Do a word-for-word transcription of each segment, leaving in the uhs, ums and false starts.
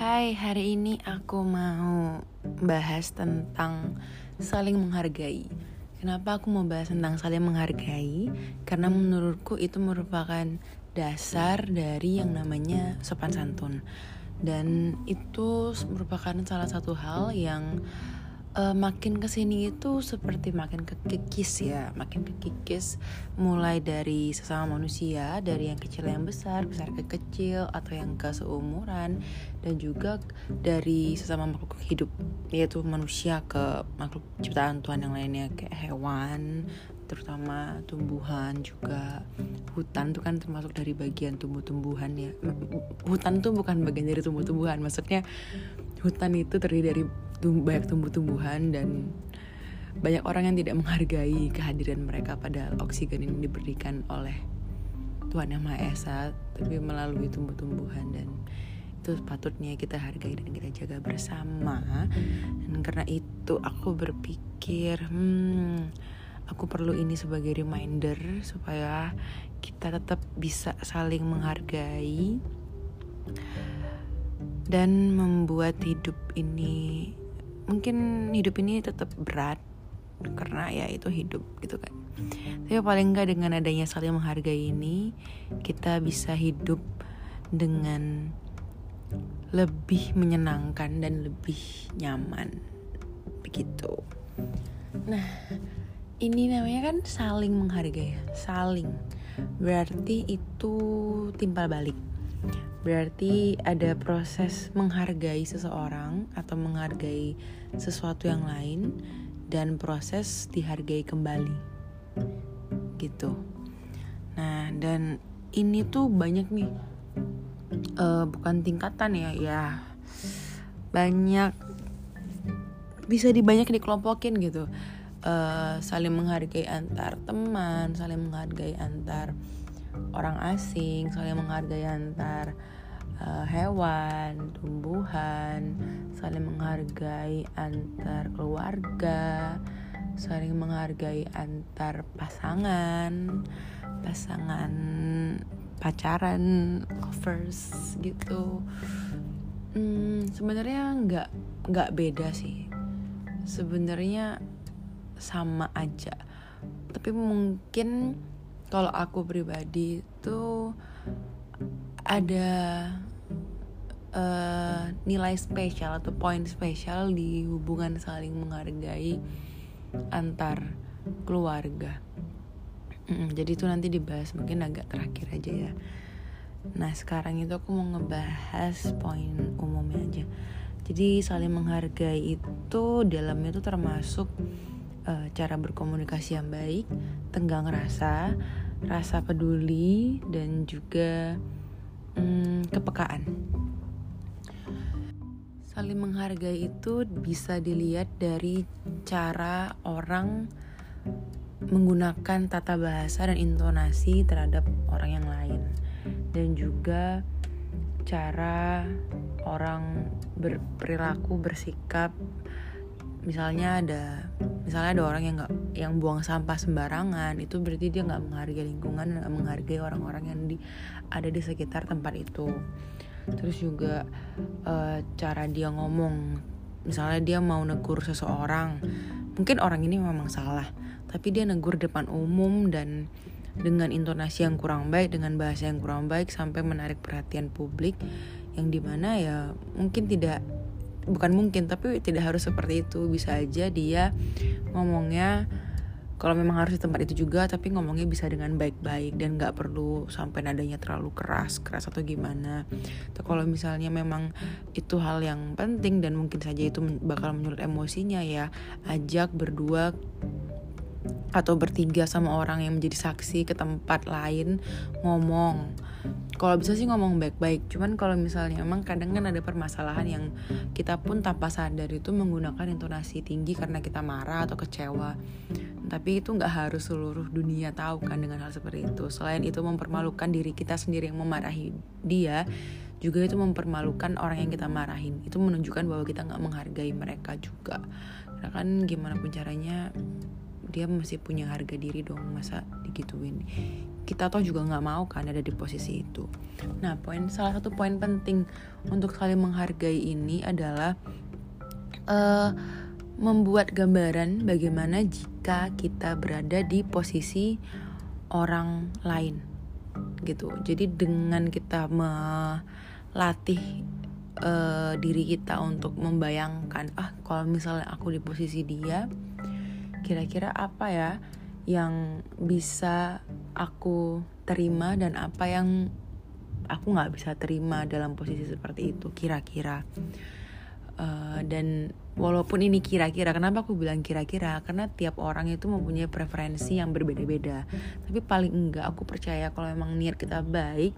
Hai, hari ini aku mau bahas tentang saling menghargai. Kenapa aku mau bahas tentang saling menghargai? Karena menurutku itu merupakan dasar dari yang namanya sopan santun. Dan itu merupakan salah satu hal yang uh, makin kesini itu seperti makin kekikis ya, makin kekikis mulai dari sesama manusia, dari yang kecil yang besar, besar ke kecil, atau yang ke seumuran, dan juga dari sesama makhluk hidup, yaitu manusia ke makhluk ciptaan Tuhan yang lainnya kayak hewan, terutama tumbuhan juga. Hutan tuh kan termasuk dari bagian tumbuh-tumbuhan ya. Hutan tuh bukan bagian dari tumbuh-tumbuhan, maksudnya hutan itu terdiri dari tum- banyak tumbuh-tumbuhan, dan banyak orang yang tidak menghargai kehadiran mereka, padahal oksigen ini diberikan oleh Tuhan Yang Maha Esa, tapi melalui tumbuh-tumbuhan, dan itu patutnya kita hargai dan kita jaga bersama. Dan karena itu aku berpikir hmm, aku perlu ini sebagai reminder supaya kita tetap bisa saling menghargai dan membuat hidup ini, mungkin hidup ini tetap berat karena ya itu hidup gitu kan, tapi paling enggak dengan adanya saling menghargai ini kita bisa hidup dengan lebih menyenangkan dan lebih nyaman begitu. Nah, ini namanya kan saling menghargai. Saling berarti itu timbal balik. Berarti ada proses menghargai seseorang atau menghargai sesuatu yang lain, dan proses dihargai kembali gitu. Nah, dan ini tuh banyak nih, uh, bukan tingkatan ya, ya banyak, bisa dibanyak dikelompokin gitu. Uh, saling menghargai antar teman, saling menghargai antar orang asing, saling menghargai antar uh, hewan, tumbuhan, saling menghargai antar keluarga, saling menghargai antar pasangan, pasangan pacaran, lovers gitu. Hmm, sebenarnya nggak nggak beda sih. Sebenarnya sama aja, tapi mungkin kalau aku pribadi itu ada uh, nilai spesial atau poin spesial di hubungan saling menghargai antar keluarga. Mm, jadi itu nanti dibahas mungkin agak terakhir aja ya. Nah, sekarang itu aku mau ngebahas poin umumnya aja. Jadi saling menghargai itu dalamnya itu termasuk uh, cara berkomunikasi yang baik, tenggang rasa, rasa peduli, dan juga um, kepekaan. Saling menghargai itu bisa dilihat dari cara orang menggunakan tata bahasa dan intonasi terhadap orang yang lain, dan juga cara orang berperilaku, bersikap. Misalnya ada misalnya ada orang yang nggak yang buang sampah sembarangan, itu berarti dia nggak menghargai lingkungan, nggak menghargai orang-orang yang di, ada di sekitar tempat itu. Terus juga uh, cara dia ngomong, misalnya dia mau negur seseorang, mungkin orang ini memang salah, tapi dia negur depan umum dan dengan intonasi yang kurang baik, dengan bahasa yang kurang baik, sampai menarik perhatian publik, yang dimana ya mungkin tidak bukan mungkin tapi tidak harus seperti itu. Bisa aja dia ngomongnya, kalau memang harus di tempat itu juga, tapi ngomongnya bisa dengan baik-baik dan gak perlu sampai nadanya terlalu keras keras atau gimana. Atau kalau misalnya memang itu hal yang penting dan mungkin saja itu bakal menyulut emosinya, ya ajak berdua atau bertiga sama orang yang menjadi saksi ke tempat lain ngomong. Kalau bisa sih ngomong baik-baik. Cuman kalau misalnya memang kadang kan ada permasalahan yang kita pun tanpa sadar itu menggunakan intonasi tinggi karena kita marah atau kecewa. Tapi itu gak harus seluruh dunia tahu kan dengan hal seperti itu. Selain itu mempermalukan diri kita sendiri yang memarahi dia, juga itu mempermalukan orang yang kita marahin. Itu menunjukkan bahwa kita gak menghargai mereka juga. Karena kan gimana pun caranya dia masih punya harga diri dong, masa digituin kita toh juga nggak mau kan ada di posisi itu. Nah, poin salah satu poin penting untuk saling menghargai ini adalah uh, membuat gambaran bagaimana jika kita berada di posisi orang lain gitu. Jadi dengan kita melatih uh, diri kita untuk membayangkan, ah kalau misalnya aku di posisi dia, kira-kira apa ya yang bisa aku terima dan apa yang aku nggak bisa terima dalam posisi seperti itu kira-kira. Uh, dan walaupun ini kira-kira, kenapa aku bilang kira-kira? Karena tiap orang itu mempunyai preferensi yang berbeda-beda. Tapi paling enggak aku percaya kalau emang niat kita baik,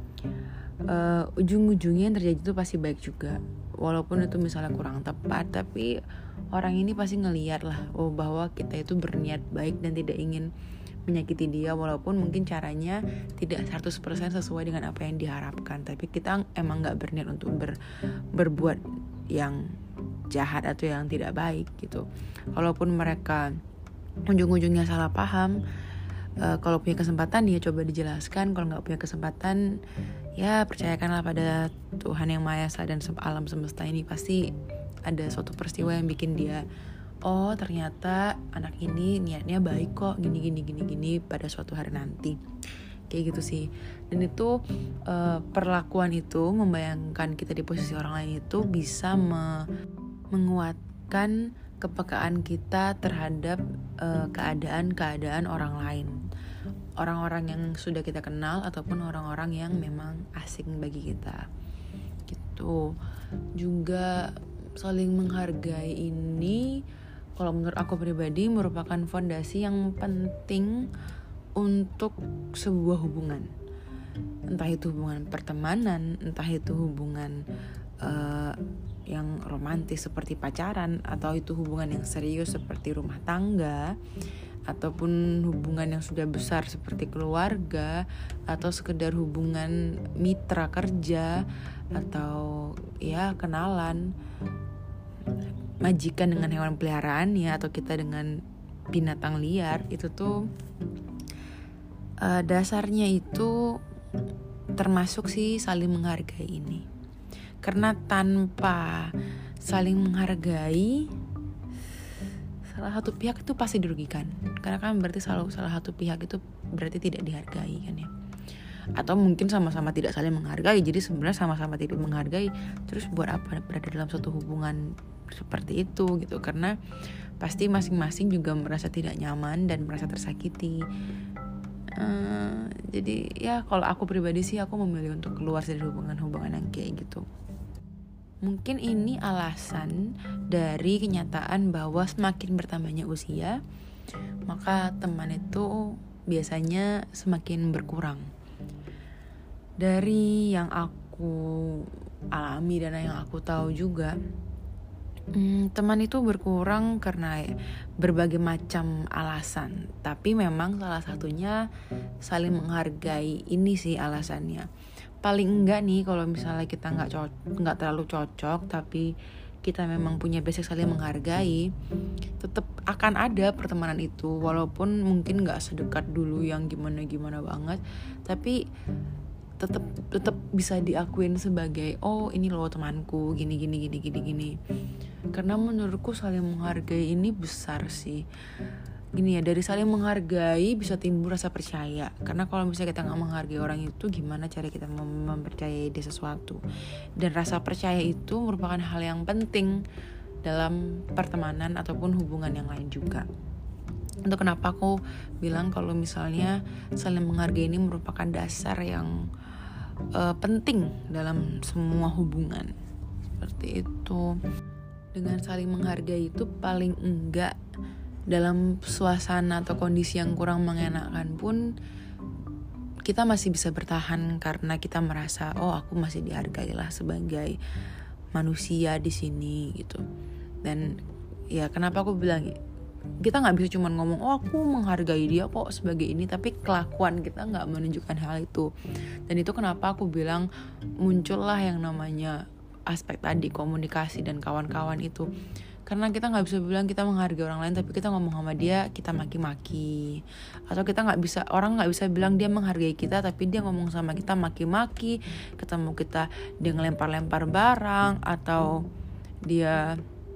uh, ujung-ujungnya yang terjadi itu pasti baik juga. Walaupun itu misalnya kurang tepat, tapi orang ini pasti ngelihat lah, oh bahwa kita itu berniat baik dan tidak ingin menyakiti dia, walaupun mungkin caranya tidak seratus persen sesuai dengan apa yang diharapkan, tapi kita emang gak berniat untuk ber, berbuat yang jahat atau yang tidak baik gitu. Kalaupun mereka ujung-ujungnya salah paham, uh, kalau punya kesempatan ya coba dijelaskan, kalau gak punya kesempatan ya percayakanlah pada Tuhan Yang Maha Esa dan alam semesta ini pasti ada suatu peristiwa yang bikin dia, oh ternyata anak ini niatnya baik kok, gini gini gini gini pada suatu hari nanti, kayak gitu sih. Dan itu uh, perlakuan itu, membayangkan kita di posisi orang lain itu bisa me- menguatkan kepekaan kita terhadap uh, keadaan-keadaan orang lain, orang-orang yang sudah kita kenal ataupun orang-orang yang memang asing bagi kita gitu. Juga saling menghargai ini kalau menurut aku pribadi merupakan fondasi yang penting untuk sebuah hubungan. Entah itu hubungan pertemanan, entah itu hubungan uh, yang romantis seperti pacaran, atau itu hubungan yang serius seperti rumah tangga, ataupun hubungan yang sudah besar seperti keluarga, atau sekedar hubungan mitra kerja, atau ya kenalan, majikan dengan hewan peliharaan ya, atau kita dengan binatang liar. Itu tuh uh, dasarnya itu termasuk sih saling menghargai ini. Karena tanpa saling menghargai, salah satu pihak itu pasti dirugikan. Karena kan berarti selalu salah satu pihak itu berarti tidak dihargai kan ya. Atau mungkin sama-sama tidak saling menghargai, jadi sebenarnya sama-sama tidak menghargai, terus buat apa berada dalam suatu hubungan seperti itu gitu. Karena pasti masing-masing juga merasa tidak nyaman dan merasa tersakiti. uh, Jadi ya kalau aku pribadi sih, aku memilih untuk keluar dari hubungan-hubungan yang kayak gitu. Mungkin ini alasan dari kenyataan bahwa semakin bertambahnya usia, maka teman itu biasanya semakin berkurang. Dari yang aku alami dan yang aku tahu juga, hmm, teman itu berkurang karena berbagai macam alasan. Tapi memang salah satunya saling menghargai ini sih alasannya. Paling enggak nih kalau misalnya kita nggak co- nggak terlalu cocok, tapi kita memang punya basic saling menghargai, tetap akan ada pertemanan itu, walaupun mungkin nggak sedekat dulu yang gimana gimana banget, tapi tetap tetap bisa diakuin sebagai, oh ini loh temanku, gini gini gini gini gini. Karena menurutku saling menghargai ini besar sih. Gini ya, dari saling menghargai bisa timbul rasa percaya. Karena kalau misalnya kita nggak menghargai orang itu, gimana cara kita mem- mempercayai dia sesuatu? Dan rasa percaya itu merupakan hal yang penting dalam pertemanan ataupun hubungan yang lain juga. Itu kenapa aku bilang kalau misalnya saling menghargai ini merupakan dasar yang uh, penting dalam semua hubungan. Seperti itu. Dengan saling menghargai itu paling enggak dalam suasana atau kondisi yang kurang mengenakan pun kita masih bisa bertahan karena kita merasa, oh aku masih dihargai lah sebagai manusia di sini gitu. Dan ya kenapa aku bilang kita nggak bisa cuma ngomong, oh aku menghargai dia kok sebagai ini, tapi kelakuan kita nggak menunjukkan hal itu. Dan itu kenapa aku bilang muncullah yang namanya aspek tadi komunikasi dan kawan-kawan itu. Karena kita nggak bisa bilang kita menghargai orang lain tapi kita ngomong sama dia kita maki-maki, atau kita nggak bisa orang nggak bisa bilang dia menghargai kita tapi dia ngomong sama kita maki-maki, ketemu kita dia ngelempar-lempar barang, atau dia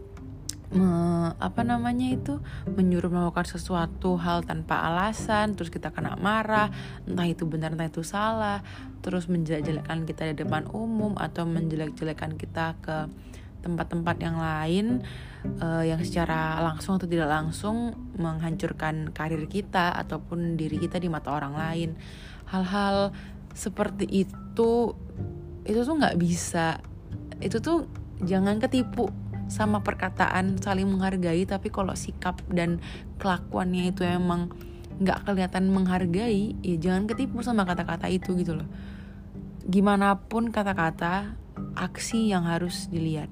me, apa namanya itu menyuruh melakukan sesuatu hal tanpa alasan, terus kita kena marah, entah itu benar entah itu salah, terus menjelek-jelekan kita di depan umum atau menjelek-jelekan kita ke tempat-tempat yang lain uh, yang secara langsung atau tidak langsung menghancurkan karir kita ataupun diri kita di mata orang lain. Hal-hal seperti itu itu tuh nggak bisa, itu tuh jangan ketipu sama perkataan saling menghargai, tapi kalau sikap dan kelakuannya itu emang nggak kelihatan menghargai, ya jangan ketipu sama kata-kata itu gitu loh. Gimana pun kata-kata, aksi yang harus dilihat.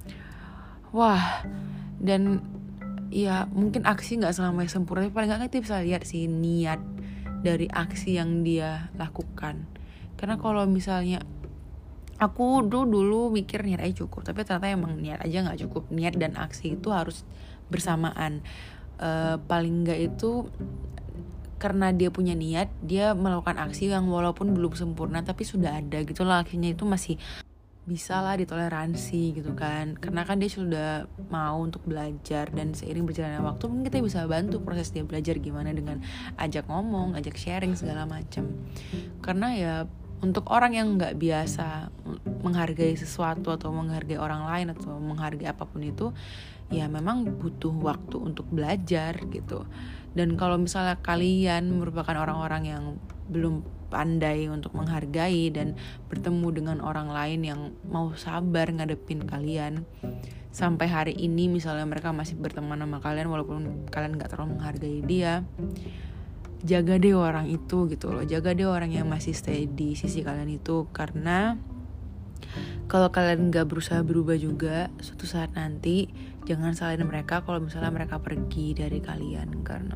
Wah, dan ya mungkin aksi nggak selamanya sempurna, tapi paling nggak kita bisa lihat sih niat dari aksi yang dia lakukan. Karena kalau misalnya aku dulu dulu mikir niat aja cukup, tapi ternyata emang niat aja nggak cukup. Niat dan aksi itu harus bersamaan. Uh, paling nggak itu karena dia punya niat, dia melakukan aksi yang walaupun belum sempurna tapi sudah ada gitu lah, akhirnya itu masih bisa lah ditoleransi gitu kan, karena kan dia sudah mau untuk belajar, dan seiring berjalannya waktu mungkin kita bisa bantu proses dia belajar gimana dengan ajak ngomong, ajak sharing segala macam. Karena ya untuk orang yang nggak biasa menghargai sesuatu atau menghargai orang lain atau menghargai apapun itu, ya memang butuh waktu untuk belajar gitu. Dan kalau misalnya kalian merupakan orang-orang yang belum pandai untuk menghargai dan bertemu dengan orang lain yang mau sabar ngadepin kalian sampai hari ini, misalnya mereka masih berteman sama kalian walaupun kalian gak terlalu menghargai dia, jaga deh orang itu gitu loh. Jaga deh orang yang masih stay di sisi kalian itu, karena kalau kalian gak berusaha berubah juga, suatu saat nanti jangan salahin mereka kalau misalnya mereka pergi dari kalian. Karena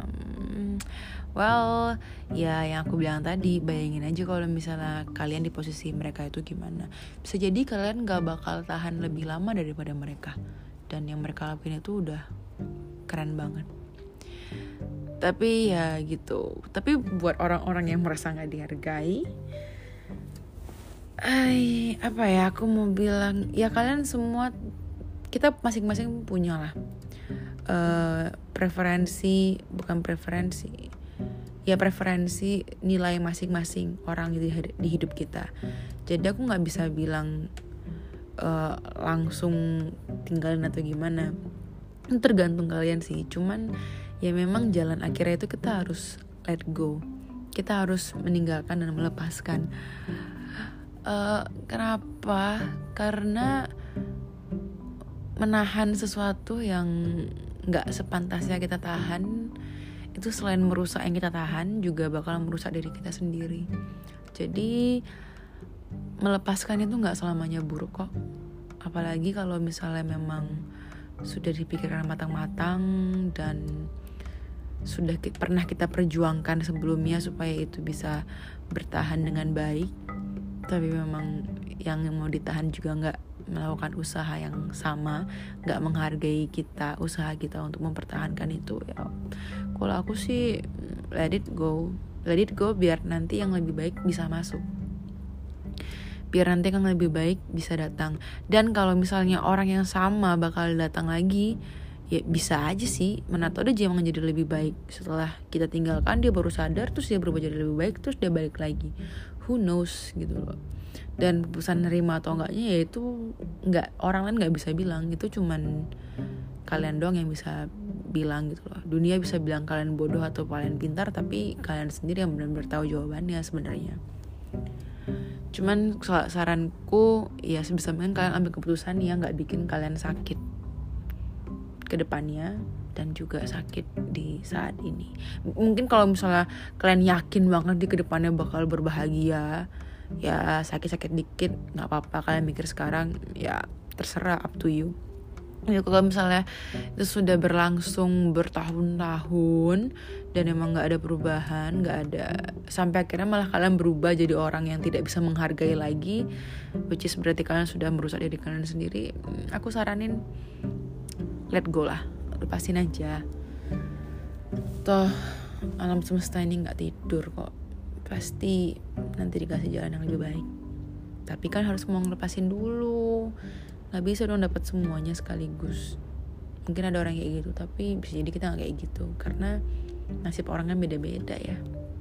well, ya yang aku bilang tadi, bayangin aja kalau misalnya kalian di posisi mereka itu gimana. Bisa jadi kalian gak bakal tahan lebih lama daripada mereka, dan yang mereka lakuin itu udah keren banget. Tapi ya gitu. Tapi buat orang-orang yang merasa gak dihargai, ay, apa ya, aku mau bilang, ya kalian semua, kita masing-masing punya lah uh, preferensi, bukan preferensi ya preferensi nilai masing-masing orang di, di hidup kita. Jadi aku nggak bisa bilang uh, langsung tinggalin atau gimana, itu tergantung kalian sih. Cuman ya memang jalan akhirnya itu kita harus let go, kita harus meninggalkan dan melepaskan. Uh, kenapa? Karena menahan sesuatu yang nggak sepantasnya kita tahan itu selain merusak yang kita tahan juga bakal merusak diri kita sendiri. Jadi melepaskan itu nggak selamanya buruk kok, apalagi kalau misalnya memang sudah dipikirkan matang-matang dan sudah ki- pernah kita perjuangkan sebelumnya supaya itu bisa bertahan dengan baik, tapi memang yang mau ditahan juga nggak melakukan usaha yang sama, nggak menghargai kita, usaha kita untuk mempertahankan itu. Ya kalau aku sih let it go, let it go biar nanti yang lebih baik bisa masuk, biar nanti yang lebih baik bisa datang. Dan kalau misalnya orang yang sama bakal datang lagi, ya bisa aja sih, mana tahu dia emang jadi lebih baik setelah kita tinggalkan, dia baru sadar terus dia berubah jadi lebih baik, terus dia balik lagi, who knows gitu loh. Dan keputusan nerima atau enggaknya ya itu enggak, orang lain nggak bisa bilang, itu cuman kalian doang yang bisa bilang gitu loh. Dunia bisa bilang kalian bodoh atau kalian pintar, tapi kalian sendiri yang benar-benar tahu jawabannya sebenarnya. Cuman saranku ya sebisa mungkin kalian ambil keputusan yang nggak bikin kalian sakit ke depannya dan juga sakit di saat ini. Mungkin kalau misalnya kalian yakin banget di kedepannya bakal berbahagia, ya sakit-sakit dikit nggak apa-apa, kalian mikir sekarang, ya terserah, up to you. Ya kalau misalnya itu sudah berlangsung bertahun-tahun dan emang nggak ada perubahan, nggak ada, sampai akhirnya malah kalian berubah jadi orang yang tidak bisa menghargai lagi, which is berarti kalian sudah merusak diri kalian sendiri. Aku saranin let go lah, lepasin aja. Toh alam semesta ini nggak tidur kok, pasti nanti dikasih jalan yang lebih baik. Tapi kan harus mau ngelepasin dulu, nggak bisa dong dapat semuanya sekaligus. Mungkin ada orang kayak gitu, tapi bisa jadi kita nggak kayak gitu, karena nasib orang kan beda-beda ya.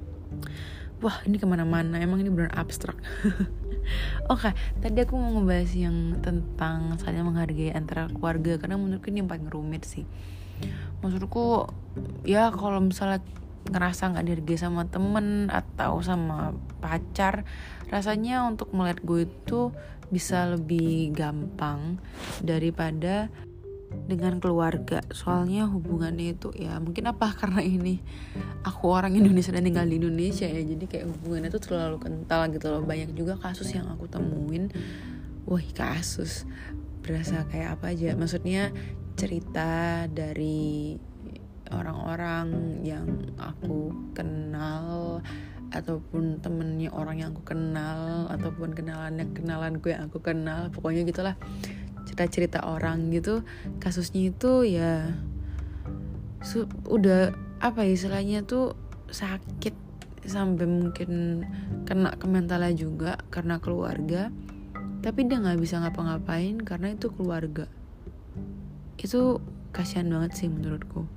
Wah, ini kemana-mana, emang ini benar abstrak. Oke, okay, tadi aku mau ngebahas yang tentang saling menghargai antara keluarga, karena menurutku ini yang paling rumit sih. Maksudku ya kalau misalnya ngerasa nggak dihargai sama temen atau sama pacar, rasanya untuk melihat gue itu bisa lebih gampang daripada dengan keluarga. Soalnya hubungannya itu ya mungkin apa karena ini aku orang Indonesia dan tinggal di Indonesia ya, jadi kayak hubungannya tuh terlalu kental gitu loh. Banyak juga kasus yang aku temuin, wah kasus berasa kayak apa aja, maksudnya cerita dari orang-orang yang aku kenal ataupun temennya orang yang aku kenal ataupun kenalannya kenalanku yang aku kenal, pokoknya gitulah cerita-cerita orang gitu. Kasusnya itu ya su- udah apa ya istilahnya tuh sakit sampai mungkin kena ke mentalnya juga karena keluarga, tapi dia nggak bisa ngapa-ngapain karena itu keluarga. Itu kasihan banget sih menurutku.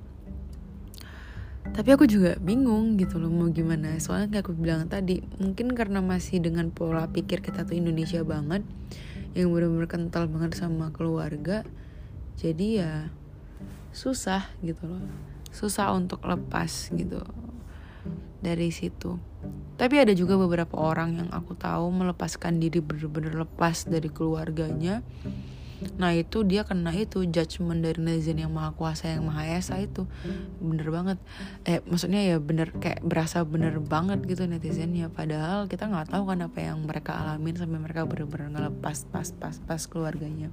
Tapi aku juga bingung gitu loh mau gimana. Soalnya kayak aku bilang tadi, mungkin karena masih dengan pola pikir kita tuh Indonesia banget, yang benar-benar kental banget sama keluarga, jadi ya susah gitu loh, susah untuk lepas gitu dari situ. Tapi ada juga beberapa orang yang aku tahu melepaskan diri, benar-benar lepas dari keluarganya. Nah itu dia kena itu judgement dari netizen yang maha kuasa, yang maha esa itu. Bener banget. Eh maksudnya ya bener, kayak berasa bener banget gitu netizennya. Padahal kita gak tahu kan apa yang mereka alamin sampai mereka bener-bener ngelepas pas pas pas keluarganya.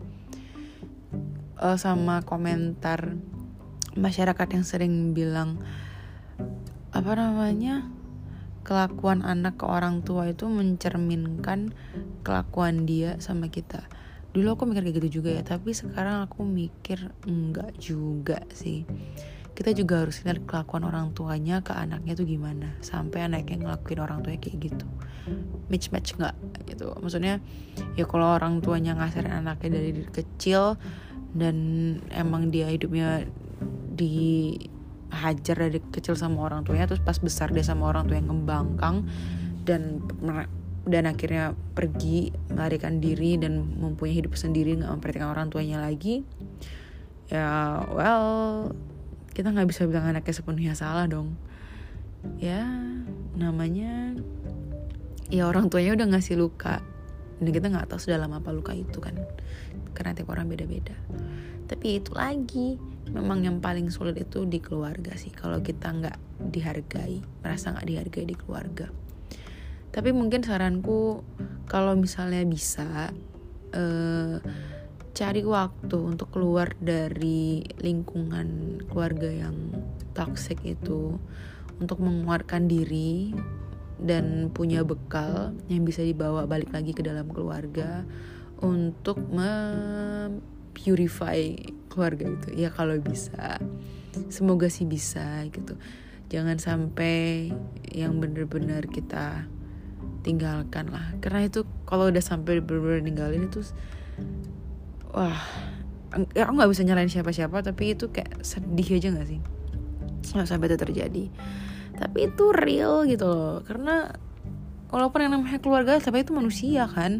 uh, Sama komentar masyarakat yang sering bilang apa namanya, kelakuan anak ke orang tua itu mencerminkan kelakuan dia sama kita. Dulu aku mikir kayak gitu juga ya, tapi sekarang aku mikir enggak juga sih. Kita juga harus lihat kelakuan orang tuanya ke anaknya tuh gimana, sampai anaknya ngelakuin orang tuanya kayak gitu. Match-match enggak gitu. Maksudnya ya kalau orang tuanya ngasarin anaknya dari kecil dan emang dia hidupnya dihajar dari kecil sama orang tuanya, terus pas besar dia sama orang tua yang ngembangkang dan dan akhirnya pergi melarikan diri dan mempunyai hidup sendiri, nggak memperhatikan orang tuanya lagi, ya well kita nggak bisa bilang anaknya sepenuhnya salah dong. Ya namanya ya orang tuanya udah ngasih luka dan kita nggak tahu sedalam apa luka itu kan, karena tiap orang beda-beda. Tapi itu lagi, memang yang paling sulit itu di keluarga sih, kalau kita nggak dihargai, merasa nggak dihargai di keluarga. Tapi mungkin saranku kalau misalnya bisa eh, cari waktu untuk keluar dari lingkungan keluarga yang toxic itu, untuk menguatkan diri dan punya bekal yang bisa dibawa balik lagi ke dalam keluarga untuk mempurify keluarga itu. Ya kalau bisa, semoga sih bisa gitu. Jangan sampai yang benar-benar kita tinggalkan lah, karena itu kalau udah sampai bener-bener ninggalin itu wah ya aku nggak bisa nyalain siapa-siapa, tapi itu kayak sedih aja nggak sih nggak sampai itu terjadi. Tapi itu real gitu loh, karena walaupun yang namanya keluarga tapi itu manusia kan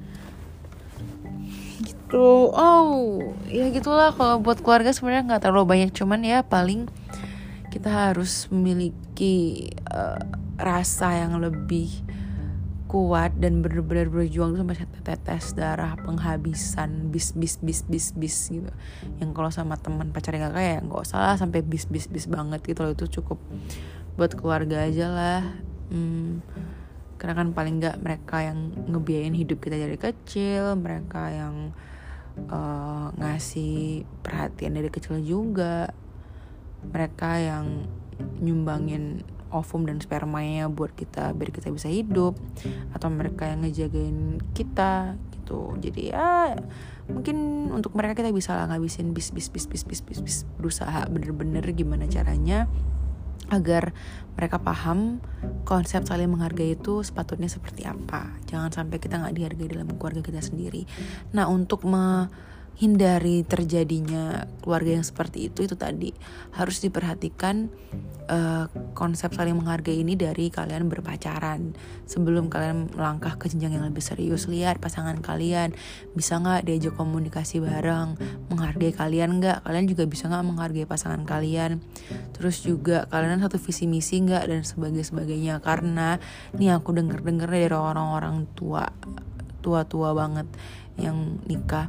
gitu. Oh ya gitulah, kalau buat keluarga sebenarnya nggak terlalu banyak, cuman ya paling kita harus memiliki uh, rasa yang lebih kuat dan benar-benar berjuang sampai tetes darah penghabisan bis bis bis bis bis gitu. Yang kalau sama teman pacar gak kayak nggak usah lah sampai bis bis bis banget gitu loh, itu cukup buat keluarga aja lah. hmm, karena kan paling nggak mereka yang ngebiayain hidup kita dari kecil, mereka yang uh, ngasih perhatian dari kecil juga, mereka yang nyumbangin ovum dan spermanya buat kita biar kita bisa hidup, atau mereka yang ngejagain kita gitu. Jadi ya mungkin untuk mereka kita bisa lah ngabisin bis bis bis bis bis bis, bis. berusaha bener-bener gimana caranya agar mereka paham konsep saling menghargai itu sepatutnya seperti apa. Jangan sampai kita gak dihargai dalam keluarga kita sendiri. Nah, untuk menghindari terjadinya keluarga yang seperti itu, itu tadi harus diperhatikan uh, konsep saling menghargai ini dari kalian berpacaran. Sebelum kalian melangkah ke jenjang yang lebih serius, lihat pasangan kalian bisa gak diajak komunikasi bareng, menghargai kalian gak, kalian juga bisa gak menghargai pasangan kalian. Terus juga kalian satu visi misi gak, dan sebagainya. Karena nih aku denger-denger dari orang-orang tua tua-tua banget yang nikah,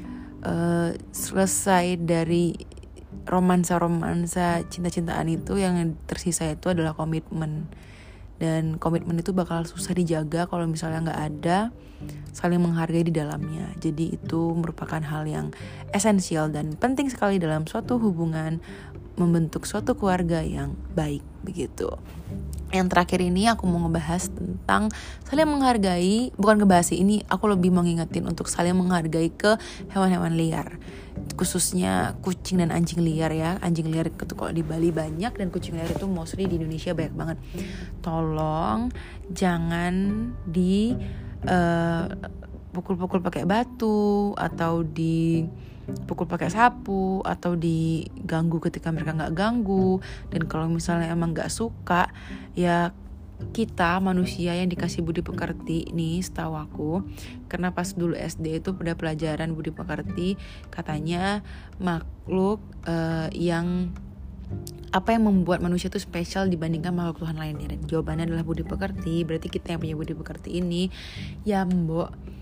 uh, selesai dari romansa-romansa cinta-cintaan itu, yang tersisa itu adalah komitmen. Dan komitmen itu bakal susah dijaga kalau misalnya gak ada saling menghargai di dalamnya. Jadi itu merupakan hal yang esensial dan penting sekali dalam suatu hubungan, membentuk suatu keluarga yang baik begitu. Yang terakhir ini aku mau ngebahas tentang saling menghargai. Bukan ngebahas ini, aku lebih mau ngingetin untuk saling menghargai ke hewan-hewan liar, khususnya kucing dan anjing liar ya. Anjing liar itu kalau di Bali banyak, dan kucing liar itu mostly di Indonesia banyak banget. Tolong jangan di uh, pukul-pukul pakai batu, atau di pukul pakai sapu, atau diganggu ketika mereka nggak ganggu. Dan kalau misalnya emang nggak suka, ya kita manusia yang dikasih budi pekerti nih, setahu aku, karena pas dulu S D itu pada pelajaran budi pekerti, katanya makhluk uh, yang apa yang membuat manusia itu spesial dibandingkan makhluk Tuhan lainnya. Dan jawabannya adalah budi pekerti. Berarti kita yang punya budi pekerti ini, ya mbok,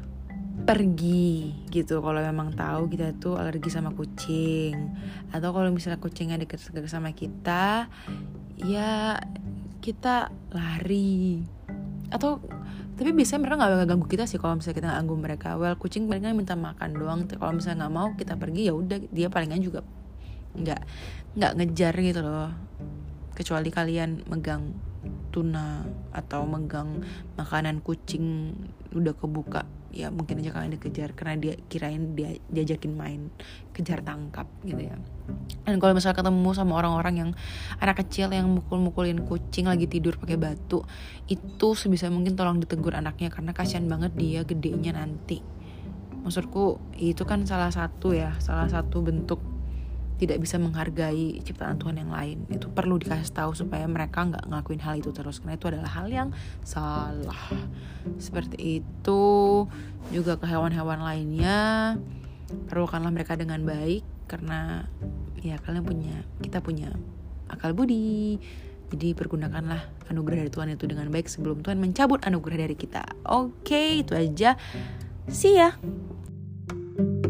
pergi gitu kalau memang tahu kita tuh alergi sama kucing, atau kalau misalnya kucingnya deket-deket sama kita, ya kita lari. Atau tapi biasanya mereka nggak bakal ganggu kita sih kalau misalnya kita nggak ganggu mereka. Well, kucing palingan minta makan doang. Kalau misalnya nggak mau kita pergi, ya udah, dia palingan juga nggak nggak ngejar gitu loh. Kecuali kalian megang tuna atau megang makanan kucing udah kebuka, ya mungkin aja kalian dikejar karena dia kirain dia diajakin main kejar tangkap gitu ya. Dan kalau misalnya ketemu sama orang-orang yang anak kecil yang mukul-mukulin kucing lagi tidur pakai batu, itu sebisa mungkin tolong ditegur anaknya, karena kasihan banget dia gedenya nanti. Maksudku itu kan salah satu ya salah satu bentuk tidak bisa menghargai ciptaan Tuhan yang lain. Itu perlu dikasih tahu supaya mereka nggak ngelakuin hal itu terus, karena itu adalah hal yang salah. Seperti itu juga ke hewan-hewan lainnya, perlakukanlah mereka dengan baik, karena ya kalian punya, kita punya akal budi. Jadi pergunakanlah anugerah dari Tuhan itu dengan baik sebelum Tuhan mencabut anugerah dari kita. Oke, itu aja. See ya.